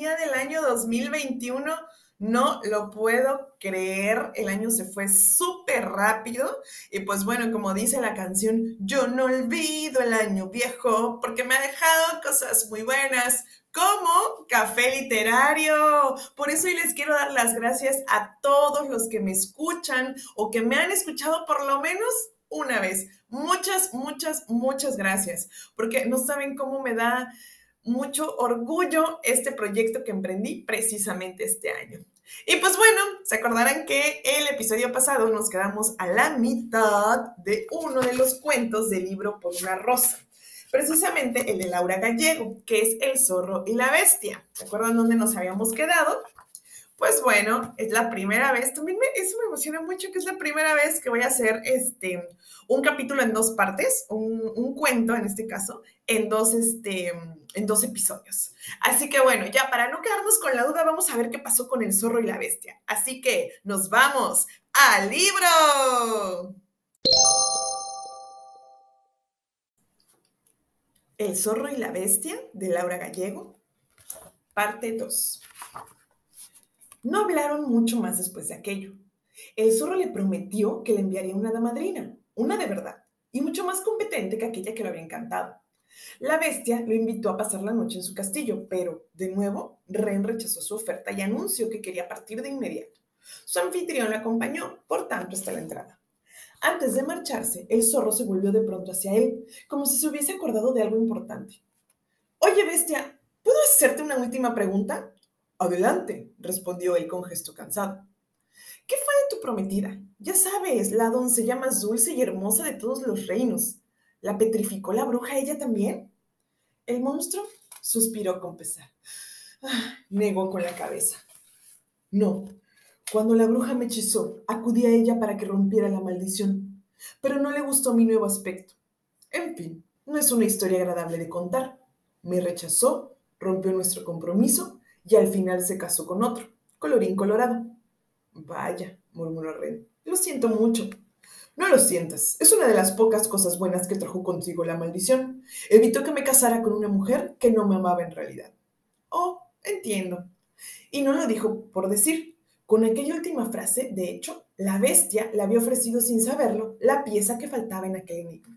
día del año 2021. No lo puedo creer, el año se fue súper rápido y pues bueno, como dice la canción, yo no olvido el año viejo porque me ha dejado cosas muy buenas como café literario. Por eso hoy les quiero dar las gracias a todos los que me escuchan o que me han escuchado por lo menos una vez. Muchas, muchas, muchas gracias, porque no saben cómo me da mucho orgullo este proyecto que emprendí precisamente este año. Y pues bueno, se acordarán que el episodio pasado nos quedamos a la mitad de uno de los cuentos del libro Por una rosa, precisamente el de Laura Gallego, que es El zorro y la bestia. ¿Se acuerdan dónde nos habíamos quedado? Pues bueno, es la primera vez, también eso me emociona mucho, que es la primera vez que voy a hacer un capítulo en dos partes, un cuento en este caso, en dos episodios. Así que bueno, ya para no quedarnos con la duda, vamos a ver qué pasó con el zorro y la bestia. Así que nos vamos al libro. El zorro y la bestia, de Laura Gallego, parte 2. No hablaron mucho más después de aquello. El zorro le prometió que le enviaría una damadrina, una de verdad, y mucho más competente que aquella que lo había encantado. La bestia lo invitó a pasar la noche en su castillo, pero, de nuevo, Ren rechazó su oferta y anunció que quería partir de inmediato. Su anfitrión la acompañó, por tanto, hasta la entrada. Antes de marcharse, el zorro se volvió de pronto hacia él, como si se hubiese acordado de algo importante. Oye, bestia, ¿puedo hacerte una última pregunta? Adelante, respondió él con gesto cansado. ¿Qué fue de tu prometida? Ya sabes, la doncella más dulce y hermosa de todos los reinos. ¿La petrificó la bruja ella también? El monstruo suspiró con pesar. Negó con la cabeza. No. Cuando la bruja me hechizó, acudí a ella para que rompiera la maldición, pero no le gustó mi nuevo aspecto. En fin, no es una historia agradable de contar. Me rechazó, rompió nuestro compromiso y al final se casó con otro, colorín colorado. Vaya, murmuró Ren. Lo siento mucho. No lo sientas. Es una de las pocas cosas buenas que trajo consigo la maldición. Evitó que me casara con una mujer que no me amaba en realidad. Oh, entiendo. Y no lo dijo por decir. Con aquella última frase, de hecho, la bestia le había ofrecido sin saberlo la pieza que faltaba en aquel enigma.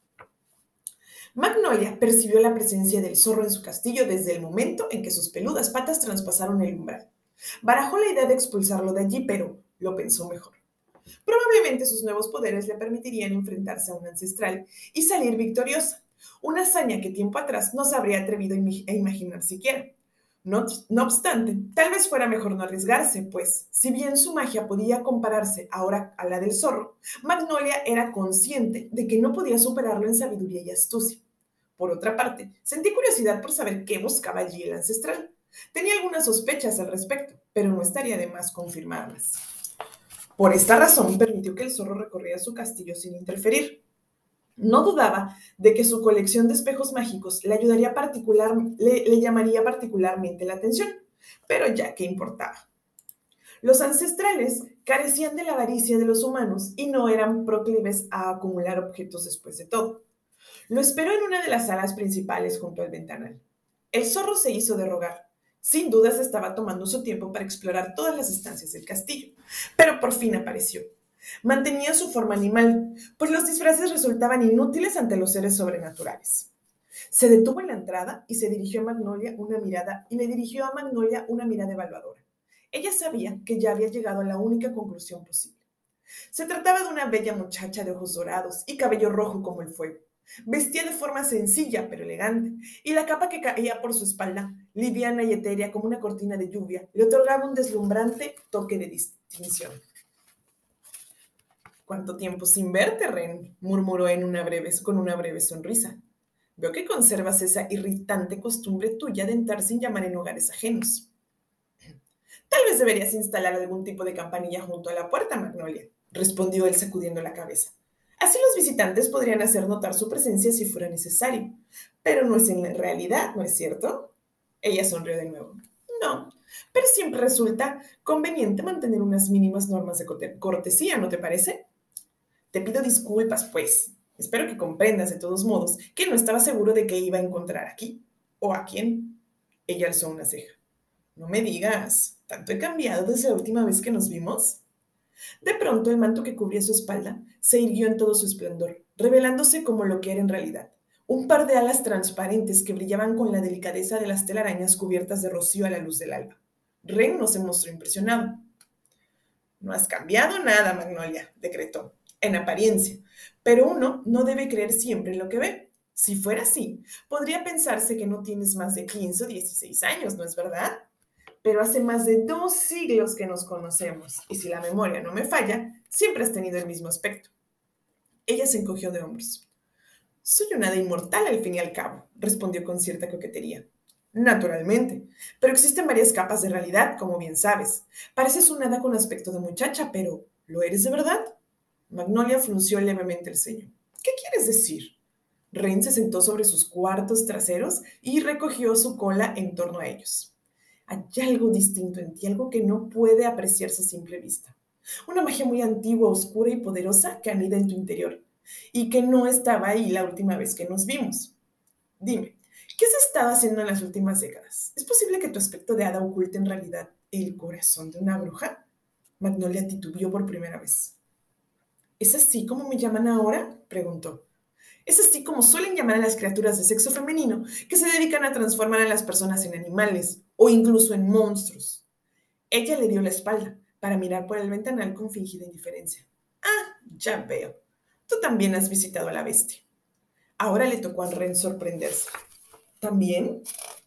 Magnolia percibió la presencia del zorro en su castillo desde el momento en que sus peludas patas traspasaron el umbral. Barajó la idea de expulsarlo de allí, pero lo pensó mejor. Probablemente sus nuevos poderes le permitirían enfrentarse a un ancestral y salir victoriosa, una hazaña que tiempo atrás no se habría atrevido a imaginar siquiera. No obstante, tal vez fuera mejor no arriesgarse, pues, si bien su magia podía compararse ahora a la del zorro, Magnolia era consciente de que no podía superarlo en sabiduría y astucia. Por otra parte, sentí curiosidad por saber qué buscaba allí el ancestral. Tenía algunas sospechas al respecto, pero no estaría de más confirmarlas. Por esta razón, permitió que el zorro recorriera su castillo sin interferir. No dudaba de que su colección de espejos mágicos le llamaría particularmente la atención, pero ya qué importaba. Los ancestrales carecían de la avaricia de los humanos y no eran proclives a acumular objetos después de todo. Lo esperó en una de las salas principales junto al ventanal. El zorro se hizo de rogar. Sin dudas estaba tomando su tiempo para explorar todas las estancias del castillo, pero por fin apareció. Mantenía su forma animal, pues los disfraces resultaban inútiles ante los seres sobrenaturales. Se detuvo en la entrada y le dirigió a Magnolia una mirada evaluadora. Ella sabía que ya había llegado a la única conclusión posible. Se trataba de una bella muchacha de ojos dorados y cabello rojo como el fuego. Vestía de forma sencilla pero elegante, y la capa que caía por su espalda, liviana y etérea como una cortina de lluvia, le otorgaba un deslumbrante toque de distinción. ¿Cuánto tiempo sin verte, Ren?, murmuró con una breve sonrisa. Veo que conservas esa irritante costumbre tuya de entrar sin llamar en hogares ajenos. Tal vez deberías instalar algún tipo de campanilla junto a la puerta, Magnolia, respondió él sacudiendo la cabeza. Así los visitantes podrían hacer notar su presencia si fuera necesario. Pero no es en la realidad, ¿no es cierto? Ella sonrió de nuevo. No, pero siempre resulta conveniente mantener unas mínimas normas de cortesía, ¿no te parece? Te pido disculpas, pues. Espero que comprendas, de todos modos, que no estaba seguro de qué iba a encontrar aquí. ¿O a quién? Ella alzó una ceja. No me digas, ¿tanto he cambiado desde la última vez que nos vimos? De pronto el manto que cubría su espalda se irguió en todo su esplendor, revelándose como lo que era en realidad. Un par de alas transparentes que brillaban con la delicadeza de las telarañas cubiertas de rocío a la luz del alba. Ren no se mostró impresionado. No has cambiado nada, Magnolia, decretó, en apariencia, pero uno no debe creer siempre en lo que ve. Si fuera así, podría pensarse que no tienes más de 15 o 16 años, ¿no es verdad? Pero hace más de 2 siglos que nos conocemos, y si la memoria no me falla, siempre has tenido el mismo aspecto. Ella se encogió de hombros. Soy una hada inmortal al fin y al cabo, respondió con cierta coquetería. Naturalmente, pero existen varias capas de realidad, como bien sabes. Pareces una hada con aspecto de muchacha, pero ¿lo eres de verdad? Magnolia frunció levemente el ceño. ¿Qué quieres decir? Ren se sentó sobre sus cuartos traseros y recogió su cola en torno a ellos. Hay algo distinto en ti, algo que no puede apreciarse a simple vista. Una magia muy antigua, oscura y poderosa que anida en tu interior y que no estaba ahí la última vez que nos vimos. Dime, ¿qué has estado haciendo en las últimas décadas? ¿Es posible que tu aspecto de hada oculte en realidad el corazón de una bruja? Magnolia titubeó por primera vez. ¿Es así como me llaman ahora? Preguntó. Es así como suelen llamar a las criaturas de sexo femenino que se dedican a transformar a las personas en animales o incluso en monstruos. Ella le dio la espalda para mirar por el ventanal con fingida indiferencia. Ah, ya veo. Tú también has visitado a la bestia. Ahora le tocó a Ren sorprenderse. ¿También?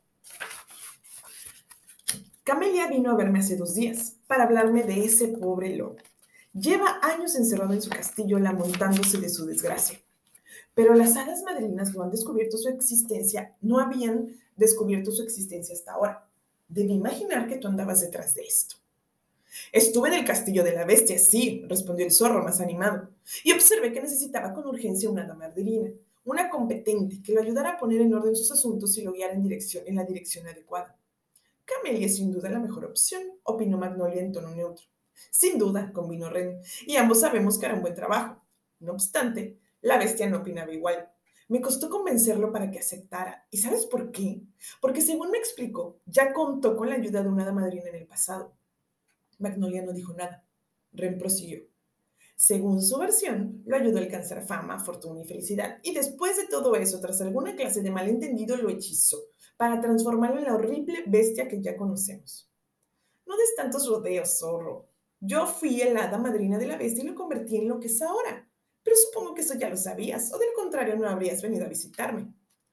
Camelia vino a verme hace 2 días para hablarme de ese pobre lobo. Lleva años encerrado en su castillo lamentándose de su desgracia. Pero las hadas madrinas no han descubierto su existencia, no habían descubierto su existencia hasta ahora. Debí imaginar que tú andabas detrás de esto. Estuve en el castillo de la bestia, sí, respondió el zorro más animado, y observé que necesitaba con urgencia una dama madrina, una competente que lo ayudara a poner en orden sus asuntos y lo guiara en la dirección adecuada. Camelia es sin duda la mejor opción, opinó Magnolia en tono neutro. Sin duda, convino Ren, y ambos sabemos que hará un buen trabajo. No obstante, la bestia no opinaba igual. Me costó convencerlo para que aceptara. ¿Y sabes por qué? Porque según me explicó, ya contó con la ayuda de una hada madrina en el pasado. Magnolia no dijo nada. Ren prosiguió. Según su versión, lo ayudó a alcanzar fama, fortuna y felicidad. Y después de todo eso, tras alguna clase de malentendido, lo hechizó para transformarlo en la horrible bestia que ya conocemos. No des tantos rodeos, zorro. Yo fui el hada madrina de la bestia y lo convertí en lo que es ahora. Pero supongo que eso ya lo sabías, o del contrario no habrías venido a visitarme.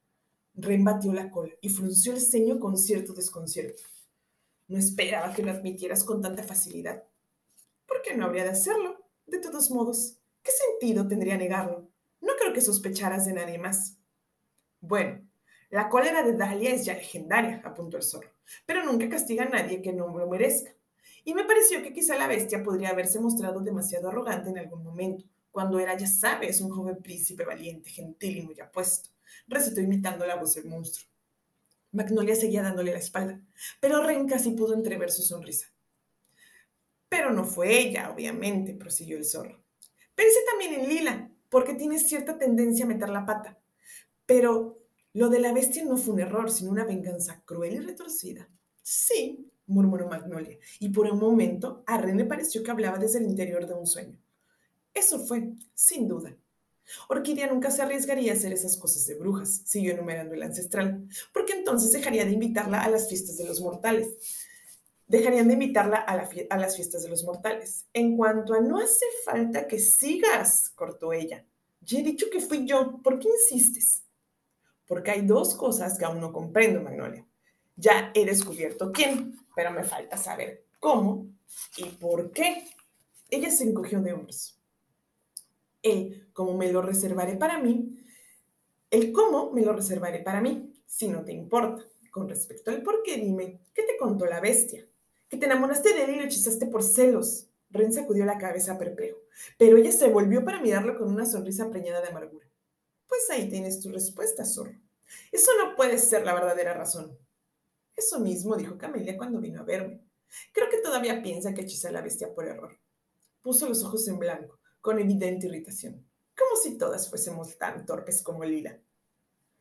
Ren batió la cola y frunció el ceño con cierto desconcierto. No esperaba que lo admitieras con tanta facilidad. ¿Por qué no habría de hacerlo? De todos modos, ¿qué sentido tendría negarlo? No creo que sospecharas de nadie más. Bueno, la cólera de Dahlia es ya legendaria, apuntó el zorro, pero nunca castiga a nadie que no lo merezca. Y me pareció que quizá la bestia podría haberse mostrado demasiado arrogante en algún momento, cuando era, ya sabes, un joven príncipe valiente, gentil y muy apuesto. Recitó imitando la voz del monstruo. Magnolia seguía dándole la espalda, pero Ren casi pudo entrever su sonrisa. Pero no fue ella, obviamente, prosiguió el zorro. Pensé también en Lila, porque tiene cierta tendencia a meter la pata. Pero lo de la bestia no fue un error, sino una venganza cruel y retorcida. Sí, murmuró Magnolia, y por un momento a Ren le pareció que hablaba desde el interior de un sueño. Eso fue, sin duda. Orquídea nunca se arriesgaría a hacer esas cosas de brujas, siguió enumerando el ancestral, porque entonces dejaría de invitarla a las fiestas de los mortales. Dejarían de invitarla a las fiestas de los mortales. En cuanto a no hace falta que sigas, cortó ella. Ya he dicho que fui yo. ¿Por qué insistes? Porque hay 2 cosas que aún no comprendo, Magnolia. Ya he descubierto quién, pero me falta saber cómo y por qué. Ella se encogió de hombros. Como me lo reservaré para mí, el cómo me lo reservaré para mí, si no te importa. Con respecto al por qué, dime, ¿qué te contó la bestia? Que te enamoraste de él y lo hechizaste por celos. Ren sacudió la cabeza perplejo, pero ella se volvió para mirarlo con una sonrisa preñada de amargura. Pues ahí tienes tu respuesta, zorro. Eso no puede ser la verdadera razón. Eso mismo dijo Camelia cuando vino a verme. Creo que todavía piensa que hechicé a la bestia por error. Puso los ojos en blanco, con evidente irritación, como si todas fuésemos tan torpes como Lila.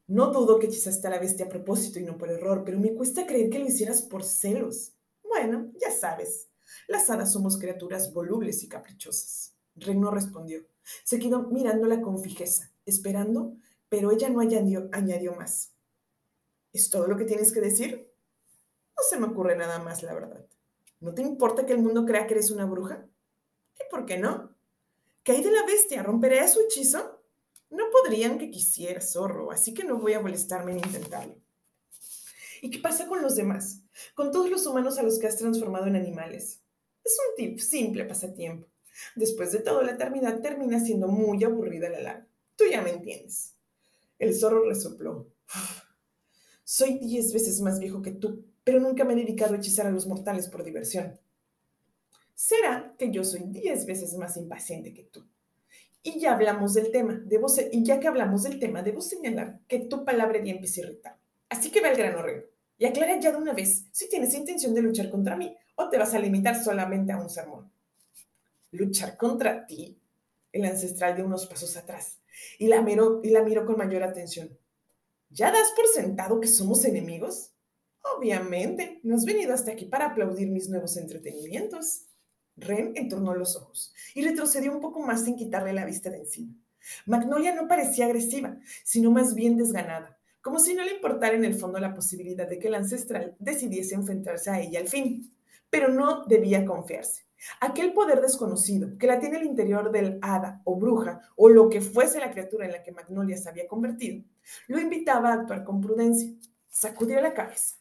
No dudo que hechizaste a la bestia a propósito y no por error, pero me cuesta creer que lo hicieras por celos. Bueno, ya sabes, las hadas somos criaturas volubles y caprichosas. Ren no respondió. Se quedó mirándola con fijeza, esperando, pero ella no añadió más. ¿Es todo lo que tienes que decir? No se me ocurre nada más, la verdad. ¿No te importa que el mundo crea que eres una bruja? ¿Y por qué no? ¿Qué hay de la bestia? ¿Romperé su hechizo? No podrían que quisiera, zorro, así que no voy a molestarme en intentarlo. ¿Y qué pasa con los demás? Con todos los humanos a los que has transformado en animales. Es un tip simple pasatiempo. Después de todo, la eternidad termina siendo muy aburrida a la larga. Tú ya me entiendes. El zorro resopló. Soy 10 veces más viejo que tú, pero nunca me he dedicado a hechizar a los mortales por diversión. Será que yo soy 10 veces más impaciente que tú. Y ya hablamos del tema, y ya que hablamos del tema, debo señalar que tu palabrería empieza a irritar. Así que ve al grano, Ren. Y aclara ya de una vez si tienes intención de luchar contra mí o te vas a limitar solamente a un sermón. ¿Luchar contra ti? El ancestral dio unos pasos atrás y la miró con mayor atención. ¿Ya das por sentado que somos enemigos? Obviamente, no has venido hasta aquí para aplaudir mis nuevos entretenimientos. Ren entornó los ojos y retrocedió un poco más sin quitarle la vista de encima. Magnolia no parecía agresiva, sino más bien desganada, como si no le importara en el fondo la posibilidad de que el ancestral decidiese enfrentarse a ella al fin. Pero no debía confiarse. Aquel poder desconocido que la tiene el interior del hada o bruja o lo que fuese la criatura en la que Magnolia se había convertido, lo invitaba a actuar con prudencia. Sacudió la cabeza.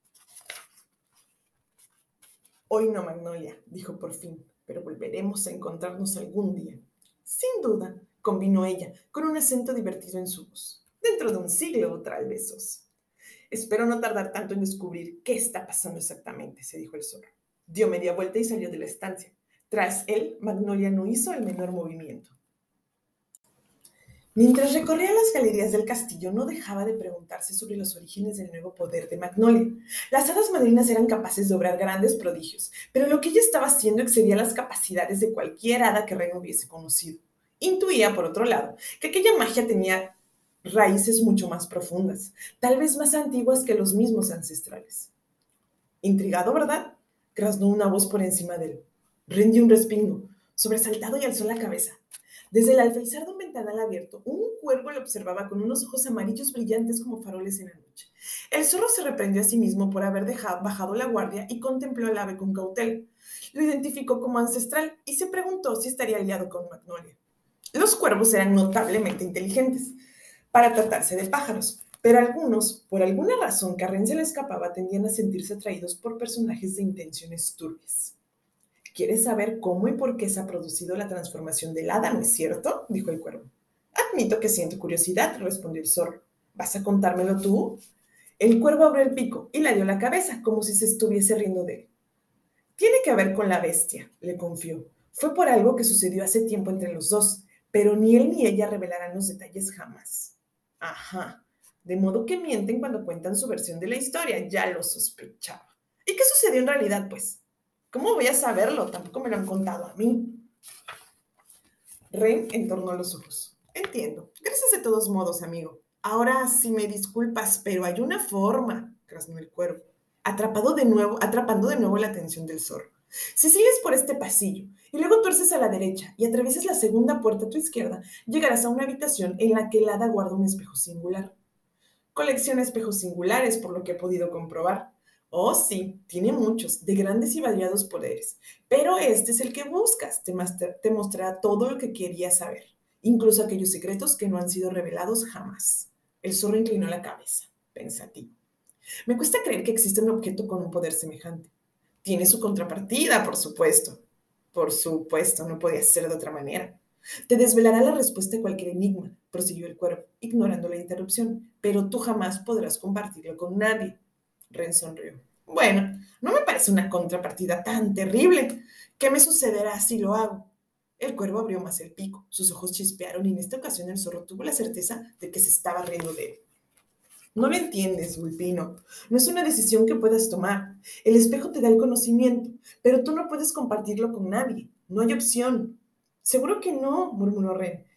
Hoy no, Magnolia, dijo por fin, pero volveremos a encontrarnos algún día. Sin duda, convinó ella, con un acento divertido en su voz. Dentro de un siglo, tal vez. Espero no tardar tanto en descubrir qué está pasando exactamente, se dijo el zorro. Dio media vuelta y salió de la estancia. Tras él, Magnolia no hizo el menor movimiento. Mientras recorría las galerías del castillo, no dejaba de preguntarse sobre los orígenes del nuevo poder de Magnolia. Las hadas madrinas eran capaces de obrar grandes prodigios, pero lo que ella estaba haciendo excedía las capacidades de cualquier hada que Ren hubiese conocido. Intuía, por otro lado, que aquella magia tenía raíces mucho más profundas, tal vez más antiguas que los mismos ancestrales. Intrigado, ¿verdad? Graznó una voz por encima de él. Ren dio un respingo, sobresaltado, y alzó la cabeza. Desde el alféizar de un ventanal abierto, un cuervo lo observaba con unos ojos amarillos brillantes como faroles en la noche. El zorro se reprendió a sí mismo por haber bajado la guardia y contempló al ave con cautela. Lo identificó como ancestral y se preguntó si estaría aliado con Magnolia. Los cuervos eran notablemente inteligentes para tratarse de pájaros, pero algunos, por alguna razón que a Ren se le escapaba, tendían a sentirse atraídos por personajes de intenciones turbias. ¿Quieres saber cómo y por qué se ha producido la transformación del hada, no es cierto?, dijo el cuervo. Admito que siento curiosidad, respondió el zorro. ¿Vas a contármelo tú? El cuervo abrió el pico y le dio la cabeza, como si se estuviese riendo de él. Tiene que ver con la bestia, le confió. Fue por algo que sucedió hace tiempo entre los dos, pero ni él ni ella revelarán los detalles jamás. Ajá, de modo que mienten cuando cuentan su versión de la historia, ya lo sospechaba. ¿Y qué sucedió en realidad, pues? ¿Cómo voy a saberlo? Tampoco me lo han contado a mí. Ren entornó los ojos. Entiendo. Gracias de todos modos, amigo. Ahora sí me disculpas, pero hay una forma, graznó el cuervo, atrapando de nuevo la atención del zorro. Si sigues por este pasillo y luego tuerces a la derecha y atraviesas la segunda puerta a tu izquierda, llegarás a una habitación en la que el hada guarda un espejo singular. Colecciona espejos singulares, por lo que he podido comprobar. Oh, sí, tiene muchos, de grandes y variados poderes. Pero este es el que buscas. Te mostrará todo lo que querías saber, incluso aquellos secretos que no han sido revelados jamás. El zorro inclinó la cabeza, pensativo. Me cuesta creer que exista un objeto con un poder semejante. Tiene su contrapartida, por supuesto. Por supuesto, no podía ser de otra manera. Te desvelará la respuesta a cualquier enigma, prosiguió el cuervo, ignorando la interrupción, pero tú jamás podrás compartirlo con nadie. Ren sonrió. Bueno, no me parece una contrapartida tan terrible. ¿Qué me sucederá si lo hago? El cuervo abrió más el pico, sus ojos chispearon y en esta ocasión el zorro tuvo la certeza de que se estaba riendo de él. No lo entiendes, Vulpino. No es una decisión que puedas tomar. El espejo te da el conocimiento, pero tú no puedes compartirlo con nadie. No hay opción. Seguro que no, murmuró Ren.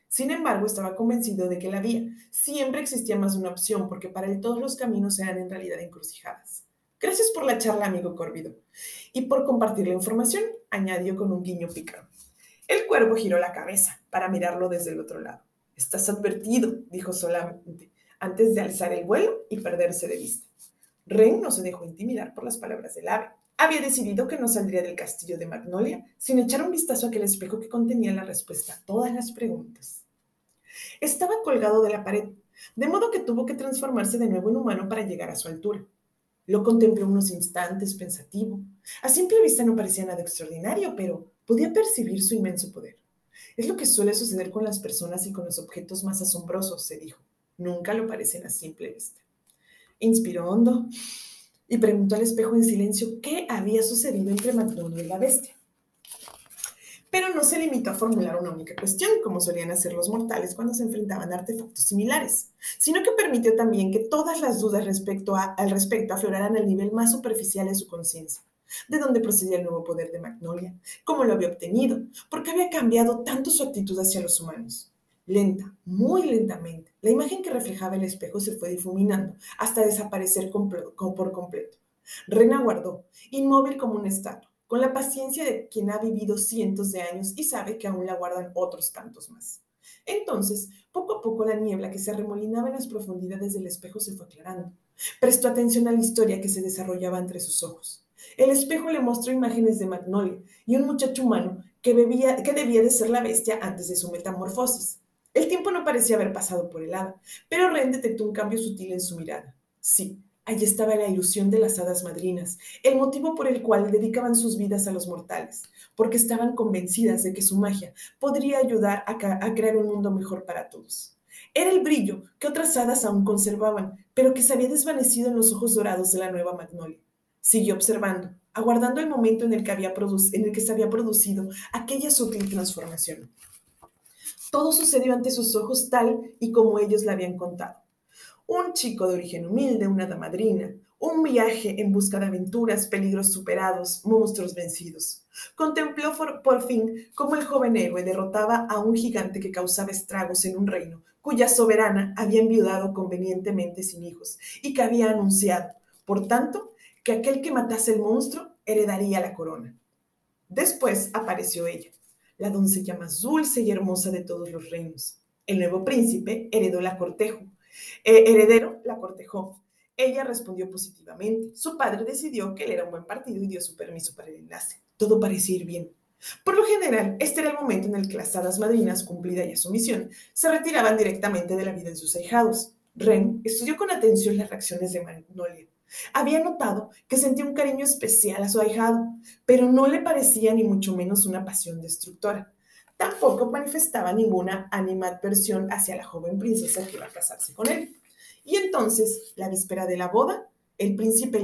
Sin embargo, estaba convencido de que la vía siempre existía más de una opción, porque para él todos los caminos eran en realidad encrucijadas. Gracias por la charla, amigo Córvido, y por compartir la información, añadió con un guiño pícaro. El cuervo giró la cabeza para mirarlo desde el otro lado. Estás advertido, dijo solamente, antes de alzar el vuelo y perderse de vista. Ren no se dejó intimidar por las palabras del ave. Había decidido que no saldría del castillo de Magnolia sin echar un vistazo a aquel espejo que contenía la respuesta a todas las preguntas. Estaba colgado de la pared, de modo que tuvo que transformarse de nuevo en humano para llegar a su altura. Lo contempló unos instantes pensativo. A simple vista no parecía nada extraordinario, pero podía percibir su inmenso poder. Es lo que suele suceder con las personas y con los objetos más asombrosos, se dijo. Nunca lo parecen a simple vista. Inspiró hondo y preguntó al espejo en silencio qué había sucedido entre Magnolia y la bestia. Pero no se limitó a formular una única cuestión, como solían hacer los mortales cuando se enfrentaban a artefactos similares, sino que permitió también que todas las dudas al respecto afloraran al nivel más superficial de su conciencia. ¿De dónde procedía el nuevo poder de Magnolia? ¿Cómo lo había obtenido? ¿Por qué había cambiado tanto su actitud hacia los humanos? Lenta, muy lentamente, la imagen que reflejaba el espejo se fue difuminando hasta desaparecer por completo. Ren aguardó, inmóvil como una estatua, con la paciencia de quien ha vivido cientos de años y sabe que aún la guardan otros tantos más. Entonces, poco a poco la niebla que se arremolinaba en las profundidades del espejo se fue aclarando. Prestó atención a la historia que se desarrollaba entre sus ojos. El espejo le mostró imágenes de Magnolia y un muchacho humano que debía de ser la bestia antes de su metamorfosis. El tiempo no parecía haber pasado por el hada, pero Ren detectó un cambio sutil en su mirada. Sí, allí estaba la ilusión de las hadas madrinas, el motivo por el cual dedicaban sus vidas a los mortales, porque estaban convencidas de que su magia podría ayudar a crear un mundo mejor para todos. Era el brillo que otras hadas aún conservaban, pero que se había desvanecido en los ojos dorados de la nueva Magnolia. Siguió observando, aguardando el momento en el que se había producido aquella sutil transformación. Todo sucedió ante sus ojos tal y como ellos la habían contado. Un chico de origen humilde, una damadrina, un viaje en busca de aventuras, peligros superados, monstruos vencidos. Contempló por fin cómo el joven héroe derrotaba a un gigante que causaba estragos en un reino cuya soberana había enviudado convenientemente sin hijos y que había anunciado, por tanto, que aquel que matase el monstruo heredaría la corona. Después apareció ella, la doncella más dulce y hermosa de todos los reinos. El nuevo príncipe heredero la cortejó. Ella respondió positivamente. Su padre decidió que él era un buen partido y dio su permiso para el enlace. Todo parecía ir bien. Por lo general, este era el momento en el que las hadas madrinas, cumplida ya su misión, se retiraban directamente de la vida de sus ahijados. Ren estudió con atención las reacciones de Magnolia. Había notado que sentía un cariño especial a su ahijado, pero no le parecía ni mucho menos una pasión destructora. Tampoco manifestaba ninguna animadversión hacia la joven princesa que iba a casarse con él. Y entonces, la víspera de la boda, el príncipe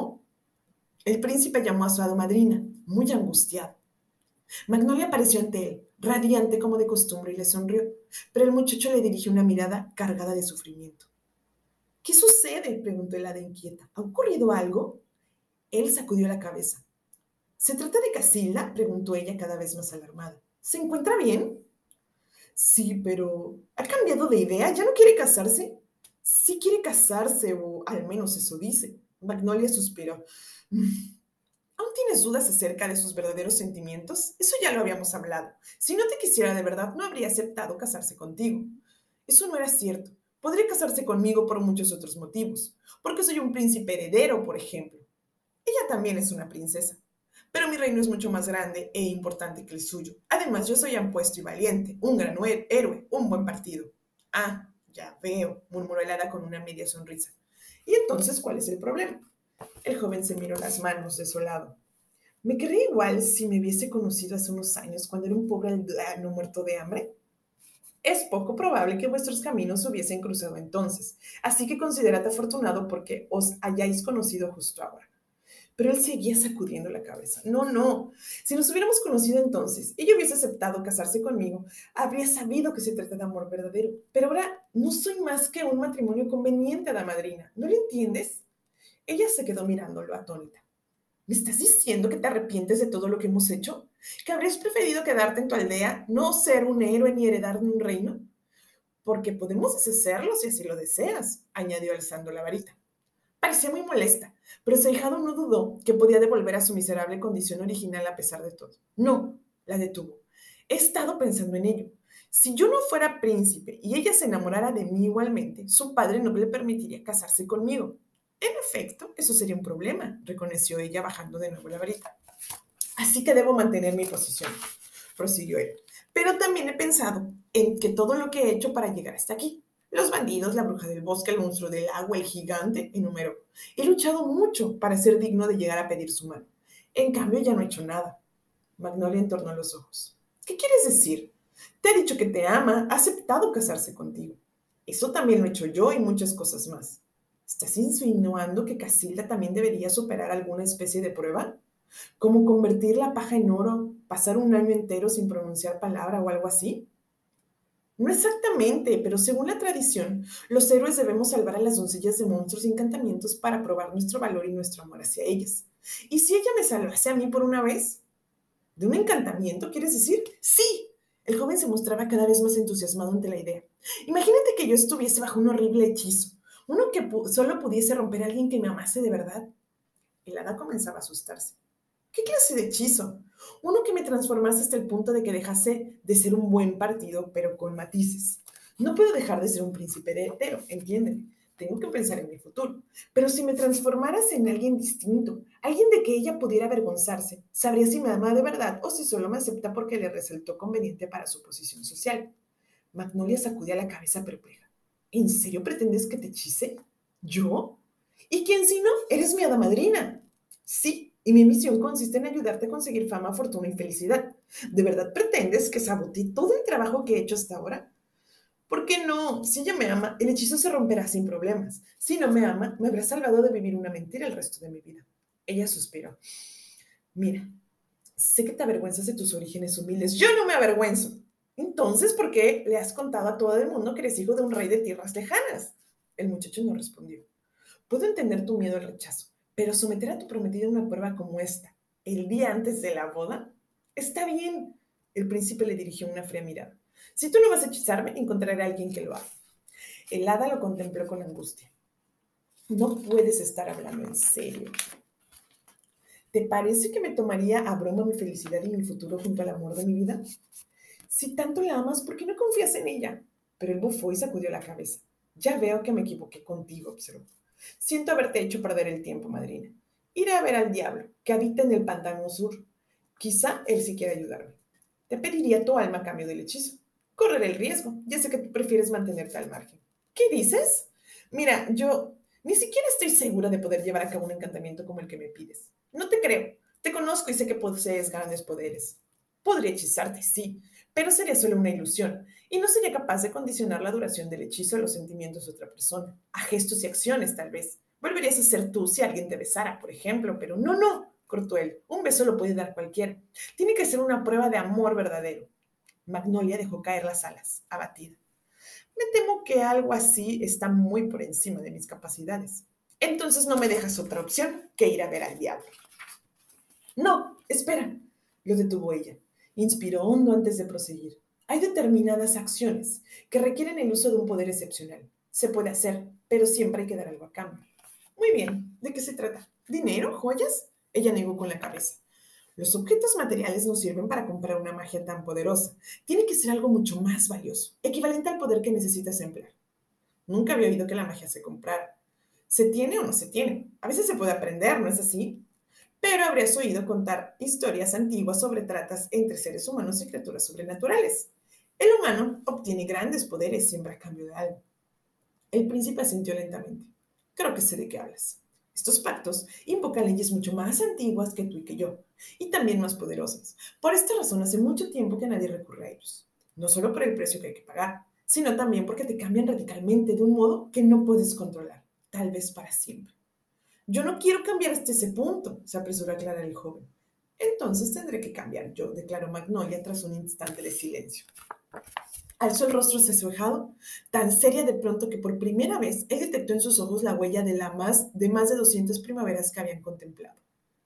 llamó a su hada madrina, muy angustiado. Magnolia apareció ante él, radiante como de costumbre, y le sonrió, pero el muchacho le dirigió una mirada cargada de sufrimiento. ¿Qué sucede?, preguntó el hada inquieta. ¿Ha ocurrido algo? Él sacudió la cabeza. ¿Se trata de Casilda?, preguntó ella cada vez más alarmada. ¿Se encuentra bien? Sí, pero ¿ha cambiado de idea? ¿Ya no quiere casarse? Sí quiere casarse, o al menos eso dice. Magnolia suspiró. ¿Aún tienes dudas acerca de sus verdaderos sentimientos? Eso ya lo habíamos hablado. Si no te quisiera de verdad, no habría aceptado casarse contigo. Eso no era cierto. Podría casarse conmigo por muchos otros motivos. Porque soy un príncipe heredero, por ejemplo. Ella también es una princesa. Pero mi reino es mucho más grande e importante que el suyo. Además, yo soy apuesto y valiente, un gran héroe, un buen partido. Ah, ya veo, murmuró el hada con una media sonrisa. ¿Y entonces cuál es el problema? El joven se miró las manos desolado. ¿Me querría igual si me hubiese conocido hace unos años cuando era un pobre aldeano muerto de hambre? Es poco probable que vuestros caminos se hubiesen cruzado entonces, así que considerad afortunado porque os hayáis conocido justo ahora. Pero él seguía sacudiendo la cabeza. No, no. Si nos hubiéramos conocido entonces, ella hubiese aceptado casarse conmigo, habría sabido que se trata de amor verdadero. Pero ahora no soy más que un matrimonio conveniente a la madrina. ¿No lo entiendes? Ella se quedó mirándolo atónita. ¿Me estás diciendo que te arrepientes de todo lo que hemos hecho? ¿Que habrías preferido quedarte en tu aldea, no ser un héroe ni heredar un reino? Porque podemos deshacerlo si así lo deseas, añadió alzando la varita. Parecía muy molesta, pero su ahijado no dudó que podía devolver a su miserable condición original a pesar de todo. No, la detuvo. He estado pensando en ello. Si yo no fuera príncipe y ella se enamorara de mí igualmente, su padre no le permitiría casarse conmigo. En efecto, eso sería un problema, reconoció ella bajando de nuevo la varita. Así que debo mantener mi posición, prosiguió él. Pero también he pensado en que todo lo que he hecho para llegar hasta aquí. Los bandidos, la bruja del bosque, el monstruo del agua, el gigante, enumeró. He luchado mucho para ser digno de llegar a pedir su mano. En cambio, ya no he hecho nada. Magnolia entornó los ojos. ¿Qué quieres decir? Te ha dicho que te ama, ha aceptado casarse contigo. Eso también lo he hecho yo y muchas cosas más. ¿Estás insinuando que Casilda también debería superar alguna especie de prueba? ¿Como convertir la paja en oro, pasar un año entero sin pronunciar palabra o algo así? No exactamente, pero según la tradición, los héroes debemos salvar a las doncellas de monstruos y encantamientos para probar nuestro valor y nuestro amor hacia ellas. ¿Y si ella me salvase a mí por una vez? ¿De un encantamiento, quieres decir? Sí. El joven se mostraba cada vez más entusiasmado ante la idea. Imagínate que yo estuviese bajo un horrible hechizo, uno que solo pudiese romper a alguien que me amase de verdad. El hada comenzaba a asustarse. ¿Qué clase de hechizo? Uno que me transformase hasta el punto de que dejase de ser un buen partido, pero con matices. No puedo dejar de ser un príncipe heredero, entiéndeme. Tengo que pensar en mi futuro. Pero si me transformaras en alguien distinto, alguien de que ella pudiera avergonzarse, sabría si me ama de verdad o si solo me acepta porque le resultó conveniente para su posición social. Magnolia sacudía la cabeza perpleja. ¿En serio pretendes que te hechice? ¿Yo? ¿Y quién si no? Eres mi hada madrina. Sí, y mi misión consiste en ayudarte a conseguir fama, fortuna y felicidad. ¿De verdad pretendes que sabotee todo el trabajo que he hecho hasta ahora? ¿Por qué no? Si ella me ama, el hechizo se romperá sin problemas. Si no me ama, me habrá salvado de vivir una mentira el resto de mi vida. Ella suspiró. Mira, sé que te avergüenzas de tus orígenes humildes. Yo no me avergüenzo. Entonces, ¿por qué le has contado a todo el mundo que eres hijo de un rey de tierras lejanas? El muchacho no respondió. Puedo entender tu miedo al rechazo, pero someter a tu prometida a una prueba como esta, el día antes de la boda, está bien. El príncipe le dirigió una fría mirada. Si tú no vas a hechizarme, encontraré a alguien que lo haga. El hada lo contempló con angustia. No puedes estar hablando en serio. ¿Te parece que me tomaría a broma mi felicidad y mi futuro junto al amor de mi vida? Si tanto la amas, ¿por qué no confías en ella? Pero él bufó y sacudió la cabeza. Ya veo que me equivoqué contigo, observó. Siento haberte hecho perder el tiempo, madrina. Iré a ver al diablo, que habita en el pantano sur. Quizá él sí quiera ayudarme. Te pediría tu alma a cambio del hechizo. Correré el riesgo. Ya sé que tú prefieres mantenerte al margen. ¿Qué dices? Mira, yo ni siquiera estoy segura de poder llevar a cabo un encantamiento como el que me pides. No te creo. Te conozco y sé que posees grandes poderes. Podría hechizarte, sí, pero sería solo una ilusión, y no sería capaz de condicionar la duración del hechizo a los sentimientos de otra persona, a gestos y acciones, tal vez. Volverías a ser tú si alguien te besara, por ejemplo, pero no, no, cortó él. Un beso lo puede dar cualquiera. Tiene que ser una prueba de amor verdadero. Magnolia dejó caer las alas, abatida. Me temo que algo así está muy por encima de mis capacidades. Entonces no me dejas otra opción que ir a ver al diablo. No, espera, lo detuvo ella. Inspiró hondo antes de proseguir. Hay determinadas acciones que requieren el uso de un poder excepcional. Se puede hacer, pero siempre hay que dar algo a cambio. Muy bien, ¿de qué se trata? ¿Dinero? ¿Joyas? Ella negó con la cabeza. Los objetos materiales no sirven para comprar una magia tan poderosa. Tiene que ser algo mucho más valioso, equivalente al poder que necesitas emplear. Nunca había oído que la magia se comprara. ¿Se tiene o no se tiene? A veces se puede aprender, ¿no es así? Pero habrías oído contar historias antiguas sobre tratas entre seres humanos y criaturas sobrenaturales. El humano obtiene grandes poderes siempre a cambio de algo. El príncipe asintió lentamente. Creo que sé de qué hablas. Estos pactos invocan leyes mucho más antiguas que tú y que yo, y también más poderosas. Por esta razón, hace mucho tiempo que nadie recurre a ellos. No solo por el precio que hay que pagar, sino también porque te cambian radicalmente de un modo que no puedes controlar, tal vez para siempre. Yo no quiero cambiar hasta ese punto, se apresuró a aclarar el joven. Entonces tendré que cambiar yo, declaró Magnolia tras un instante de silencio. Alzó el rostro asesujado, tan seria de pronto que por primera vez él detectó en sus ojos la huella de más de 200 primaveras que habían contemplado.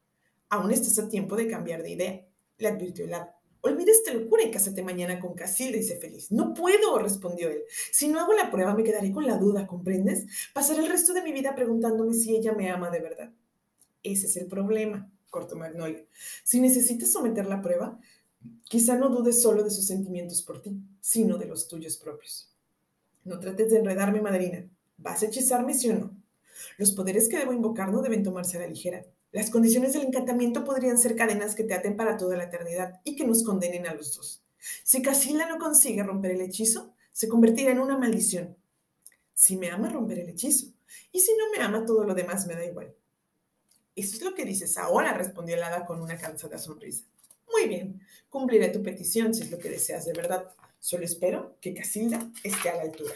Aún estás a tiempo de cambiar de idea, le advirtió el hada. Olvida esta locura y cásate mañana con Casilda y sé feliz. No puedo, respondió él. Si no hago la prueba me quedaré con la duda, ¿comprendes? Pasaré el resto de mi vida preguntándome si ella me ama de verdad. Ese es el problema, cortó Magnolia. Si necesitas someter la prueba, quizá no dudes solo de sus sentimientos por ti, sino de los tuyos propios. No trates de enredarme, madrina. ¿Vas a hechizarme, sí o no? Los poderes que debo invocar no deben tomarse a la ligera. Las condiciones del encantamiento podrían ser cadenas que te aten para toda la eternidad y que nos condenen a los dos. Si Casilda no consigue romper el hechizo, se convertirá en una maldición. Si me ama, romper el hechizo. Y si no me ama, todo lo demás me da igual. Eso es lo que dices ahora, respondió el hada con una cansada sonrisa. Muy bien, cumpliré tu petición si es lo que deseas de verdad. Solo espero que Casilda esté a la altura.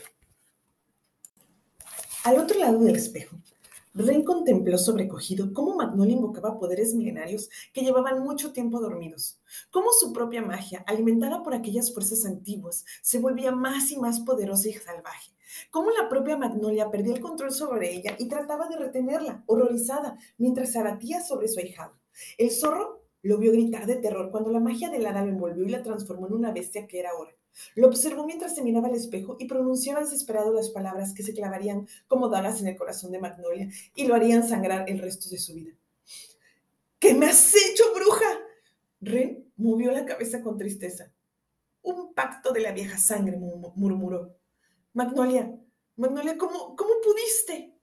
Al otro lado del espejo, Ren contempló sobrecogido cómo Magnolia invocaba poderes milenarios que llevaban mucho tiempo dormidos, cómo su propia magia, alimentada por aquellas fuerzas antiguas, se volvía más y más poderosa y salvaje, cómo la propia Magnolia perdía el control sobre ella y trataba de retenerla, horrorizada, mientras se abatía sobre su ahijado. El zorro lo vio gritar de terror cuando la magia del hada lo envolvió y la transformó en una bestia que era ahora. Lo observó mientras se miraba al espejo y pronunciaba desesperado las palabras que se clavarían como dagas en el corazón de Magnolia y lo harían sangrar el resto de su vida. ¿Qué me has hecho, bruja? Ren movió la cabeza con tristeza. Un pacto de la vieja sangre, murmuró. Magnolia, Magnolia, ¿cómo pudiste?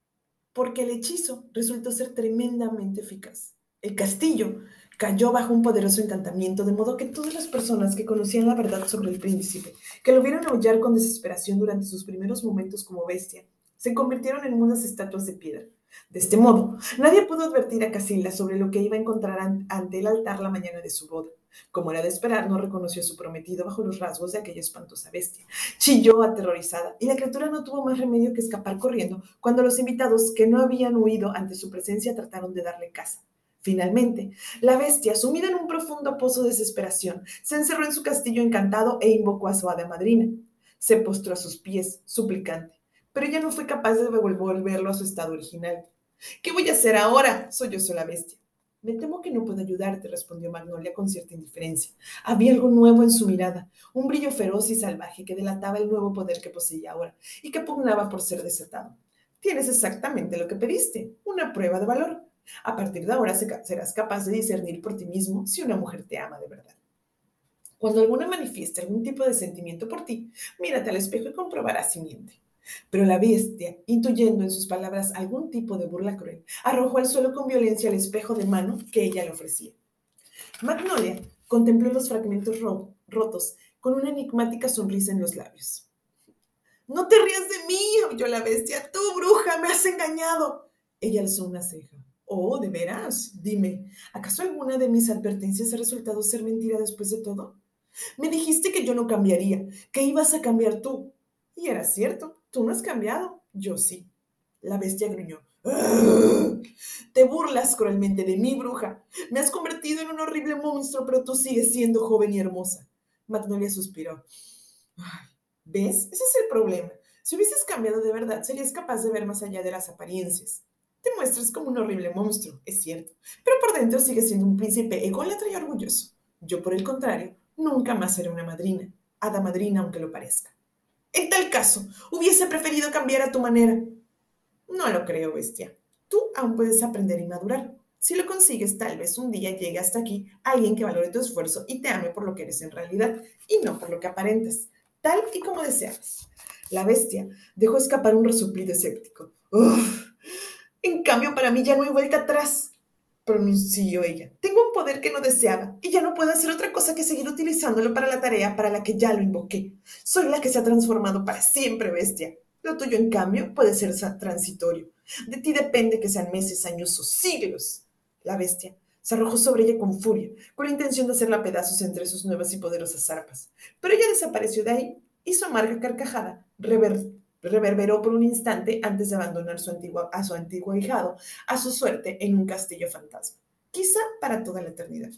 Porque el hechizo resultó ser tremendamente eficaz. El castillo cayó bajo un poderoso encantamiento, de modo que todas las personas que conocían la verdad sobre el príncipe, que lo vieron aullar con desesperación durante sus primeros momentos como bestia, se convirtieron en unas estatuas de piedra. De este modo, nadie pudo advertir a Casilda sobre lo que iba a encontrar ante el altar la mañana de su boda. Como era de esperar, no reconoció a su prometido bajo los rasgos de aquella espantosa bestia. Chilló aterrorizada, y la criatura no tuvo más remedio que escapar corriendo cuando los invitados, que no habían huido ante su presencia, trataron de darle caza. Finalmente, la bestia, sumida en un profundo pozo de desesperación, se encerró en su castillo encantado e invocó a su hada madrina. Se postró a sus pies, suplicante, pero ella no fue capaz de devolverlo a su estado original. ¿Qué voy a hacer ahora? Sollozó la bestia. Me temo que no puedo ayudarte, respondió Magnolia con cierta indiferencia. Había algo nuevo en su mirada, un brillo feroz y salvaje que delataba el nuevo poder que poseía ahora y que pugnaba por ser desatado. Tienes exactamente lo que pediste, una prueba de valor. A partir de ahora serás capaz de discernir por ti mismo si una mujer te ama de verdad. Cuando alguna manifieste algún tipo de sentimiento por ti, mírate al espejo y comprobarás si miente. Pero la bestia, intuyendo en sus palabras algún tipo de burla cruel, arrojó al suelo con violencia el espejo de mano que ella le ofrecía. Magnolia contempló los fragmentos rotos con una enigmática sonrisa en los labios. No te rías de mí, aulló la bestia. Tú, bruja, me has engañado. Ella alzó una ceja. Oh, ¿de veras? Dime, ¿acaso alguna de mis advertencias ha resultado ser mentira después de todo? Me dijiste que yo no cambiaría, que ibas a cambiar tú. Y era cierto, tú no has cambiado, yo sí. La bestia gruñó. ¡Ugh! Te burlas cruelmente de mí, bruja. Me has convertido en un horrible monstruo, pero tú sigues siendo joven y hermosa. Magnolia suspiró. Ay, ¿ves? Ese es el problema. Si hubieses cambiado de verdad, serías capaz de ver más allá de las apariencias. Te muestras como un horrible monstruo, es cierto, pero por dentro sigues siendo un príncipe ególatra y orgulloso. Yo, por el contrario, nunca más seré una madrina, hada madrina aunque lo parezca. En tal caso, hubiese preferido cambiar a tu manera. No lo creo, bestia. Tú aún puedes aprender y madurar. Si lo consigues, tal vez un día llegue hasta aquí alguien que valore tu esfuerzo y te ame por lo que eres en realidad y no por lo que aparentas, tal y como deseas. La bestia dejó escapar un resoplido escéptico. Uf. En cambio, para mí ya no hay vuelta atrás, pronunció ella. Tengo un poder que no deseaba y ya no puedo hacer otra cosa que seguir utilizándolo para la tarea para la que ya lo invoqué. Soy la que se ha transformado para siempre, bestia. Lo tuyo, en cambio, puede ser transitorio. De ti depende que sean meses, años o siglos. La bestia se arrojó sobre ella con furia, con la intención de hacerla pedazos entre sus nuevas y poderosas zarpas. Pero ella desapareció de ahí y su amarga carcajada reverberó por un instante antes de abandonar a su antiguo ahijado a su suerte en un castillo fantasma, quizá para toda la eternidad.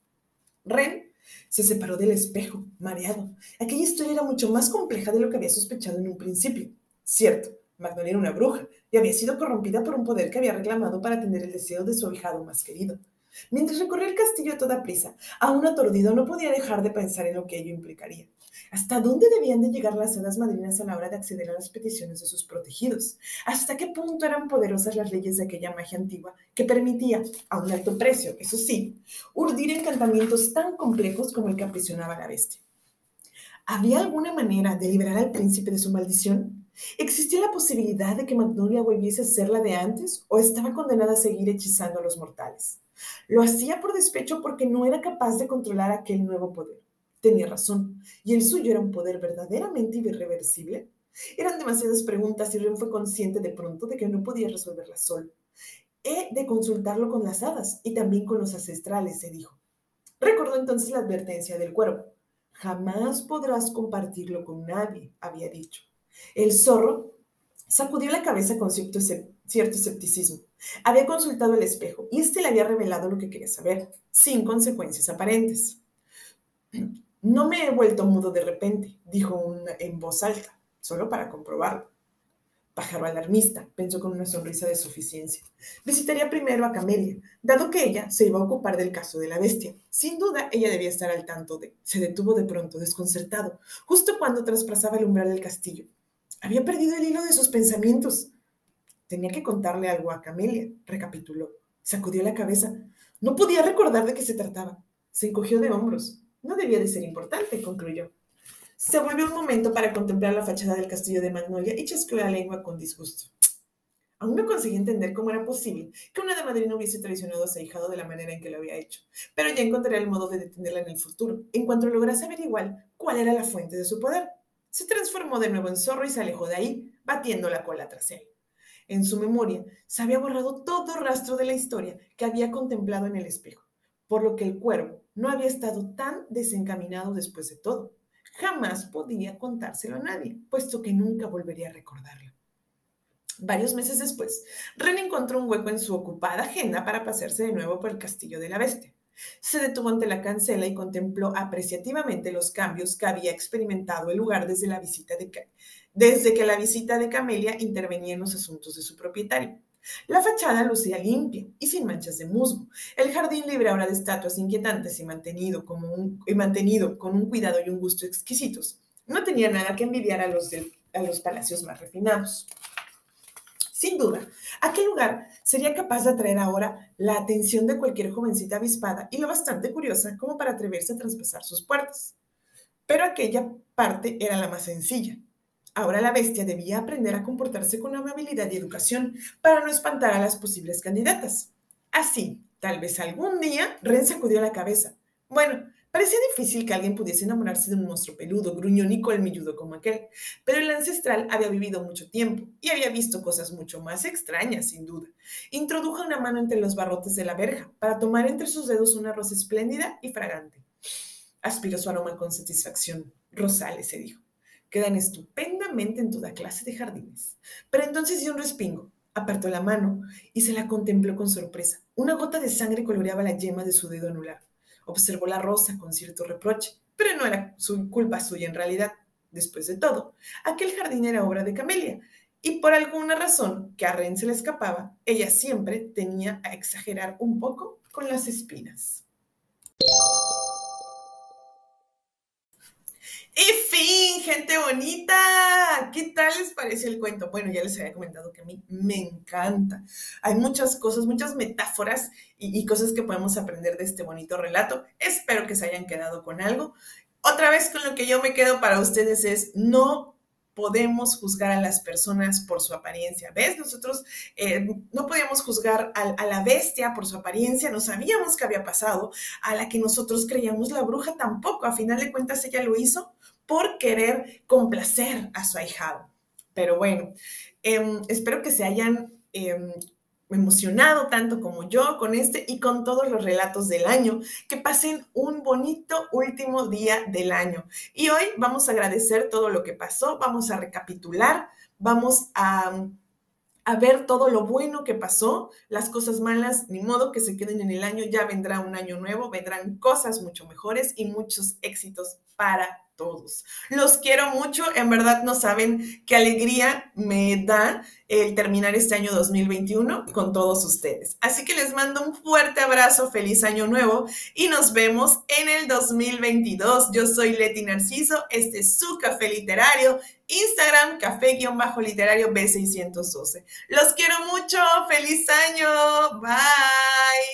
Ren se separó del espejo, mareado. Aquella historia era mucho más compleja de lo que había sospechado en un principio. Cierto, Magnolia era una bruja y había sido corrompida por un poder que había reclamado para tener el deseo de su ahijado más querido. Mientras recorría el castillo a toda prisa, aún aturdido, no podía dejar de pensar en lo que ello implicaría. ¿Hasta dónde debían de llegar las hadas madrinas a la hora de acceder a las peticiones de sus protegidos? ¿Hasta qué punto eran poderosas las leyes de aquella magia antigua que permitía, a un alto precio, eso sí, urdir encantamientos tan complejos como el que aprisionaba a la bestia? ¿Había alguna manera de liberar al príncipe de su maldición? ¿Existía la posibilidad de que Magnolia volviese a ser la de antes o estaba condenada a seguir hechizando a los mortales? Lo hacía por despecho porque no era capaz de controlar aquel nuevo poder. Tenía razón, y el suyo era un poder verdaderamente irreversible. Eran demasiadas preguntas y Ren fue consciente de pronto de que no podía resolverlas solo. He de consultarlo con las hadas y también con los ancestrales, se dijo. Recordó entonces la advertencia del cuervo. Jamás podrás compartirlo con nadie, había dicho. El zorro sacudió la cabeza con cierto escepticismo. Había consultado el espejo y éste le había revelado lo que quería saber, sin consecuencias aparentes. No me he vuelto mudo de repente, dijo en voz alta, solo para comprobarlo. Pájaro alarmista, pensó con una sonrisa de suficiencia. Visitaría primero a Camelia, dado que ella se iba a ocupar del caso de la bestia. Sin duda, ella debía estar al tanto de... Se detuvo de pronto, desconcertado, justo cuando traspasaba el umbral del castillo. Había perdido el hilo de sus pensamientos. Tenía que contarle algo a Camelia, recapituló. Sacudió la cabeza. No podía recordar de qué se trataba. Se encogió de hombros. No debía de ser importante, concluyó. Se volvió un momento para contemplar la fachada del castillo de Magnolia y chasqueó la lengua con disgusto. Aún no conseguía entender cómo era posible que una hada madrina hubiese traicionado a su ahijado de la manera en que lo había hecho, pero ya encontraría el modo de detenerla en el futuro, en cuanto lograse averiguar cuál era la fuente de su poder. Se transformó de nuevo en zorro y se alejó de ahí, batiendo la cola tras él. En su memoria se había borrado todo rastro de la historia que había contemplado en el espejo, por lo que el cuervo no había estado tan desencaminado después de todo. Jamás podía contárselo a nadie, puesto que nunca volvería a recordarlo. Varios meses después, Ren encontró un hueco en su ocupada agenda para pasearse de nuevo por el castillo de la bestia. Se detuvo ante la cancela y contempló apreciativamente los cambios que había experimentado el lugar desde que la visita de Camelia intervenía en los asuntos de su propietario. La fachada lucía limpia y sin manchas de musgo. El jardín libre ahora de estatuas inquietantes y mantenido con un cuidado y un gusto exquisitos. No tenía nada que envidiar a los palacios más refinados. Sin duda, aquel lugar sería capaz de atraer ahora la atención de cualquier jovencita avispada y lo bastante curiosa como para atreverse a traspasar sus puertas. Pero aquella parte era la más sencilla. Ahora la bestia debía aprender a comportarse con amabilidad y educación para no espantar a las posibles candidatas. Así, tal vez algún día, Ren sacudió la cabeza. Bueno, parecía difícil que alguien pudiese enamorarse de un monstruo peludo, gruñón y colmilludo como aquel, pero el ancestral había vivido mucho tiempo y había visto cosas mucho más extrañas, sin duda. Introdujo una mano entre los barrotes de la verja para tomar entre sus dedos una rosa espléndida y fragante. Aspiró su aroma con satisfacción. Rosales, se dijo, quedan estupendamente en toda clase de jardines. Pero entonces dio un respingo, apartó la mano y se la contempló con sorpresa. Una gota de sangre coloreaba la yema de su dedo anular. Observó la rosa con cierto reproche, pero no era culpa suya en realidad. Después de todo, aquel jardín era obra de Camelia, y por alguna razón que a Ren se le escapaba, ella siempre tenía a exagerar un poco con las espinas. ¡Y fin, gente bonita! ¿Qué tal les pareció el cuento? Bueno, ya les había comentado que a mí me encanta. Hay muchas cosas, muchas metáforas y cosas que podemos aprender de este bonito relato. Espero que se hayan quedado con algo. Otra vez con lo que yo me quedo para ustedes es no podemos juzgar a las personas por su apariencia. ¿Ves? Nosotros no podíamos juzgar a la bestia por su apariencia, no sabíamos qué había pasado, a la que nosotros creíamos la bruja tampoco. A final de cuentas ella lo hizo por querer complacer a su ahijado. Pero bueno, espero que se hayan emocionado tanto como yo con este y con todos los relatos del año. Que pasen un bonito último día del año. Y hoy vamos a agradecer todo lo que pasó, vamos a recapitular, vamos a ver todo lo bueno que pasó, las cosas malas, ni modo que se queden en el año, ya vendrá un año nuevo, vendrán cosas mucho mejores y muchos éxitos para todos. Los quiero mucho, en verdad no saben qué alegría me da el terminar este año 2021 con todos ustedes. Así que les mando un fuerte abrazo, feliz año nuevo y nos vemos en el 2022. Yo soy Leti Narciso, este es su café literario, Instagram, café-literario B612. Los quiero mucho, feliz año, bye.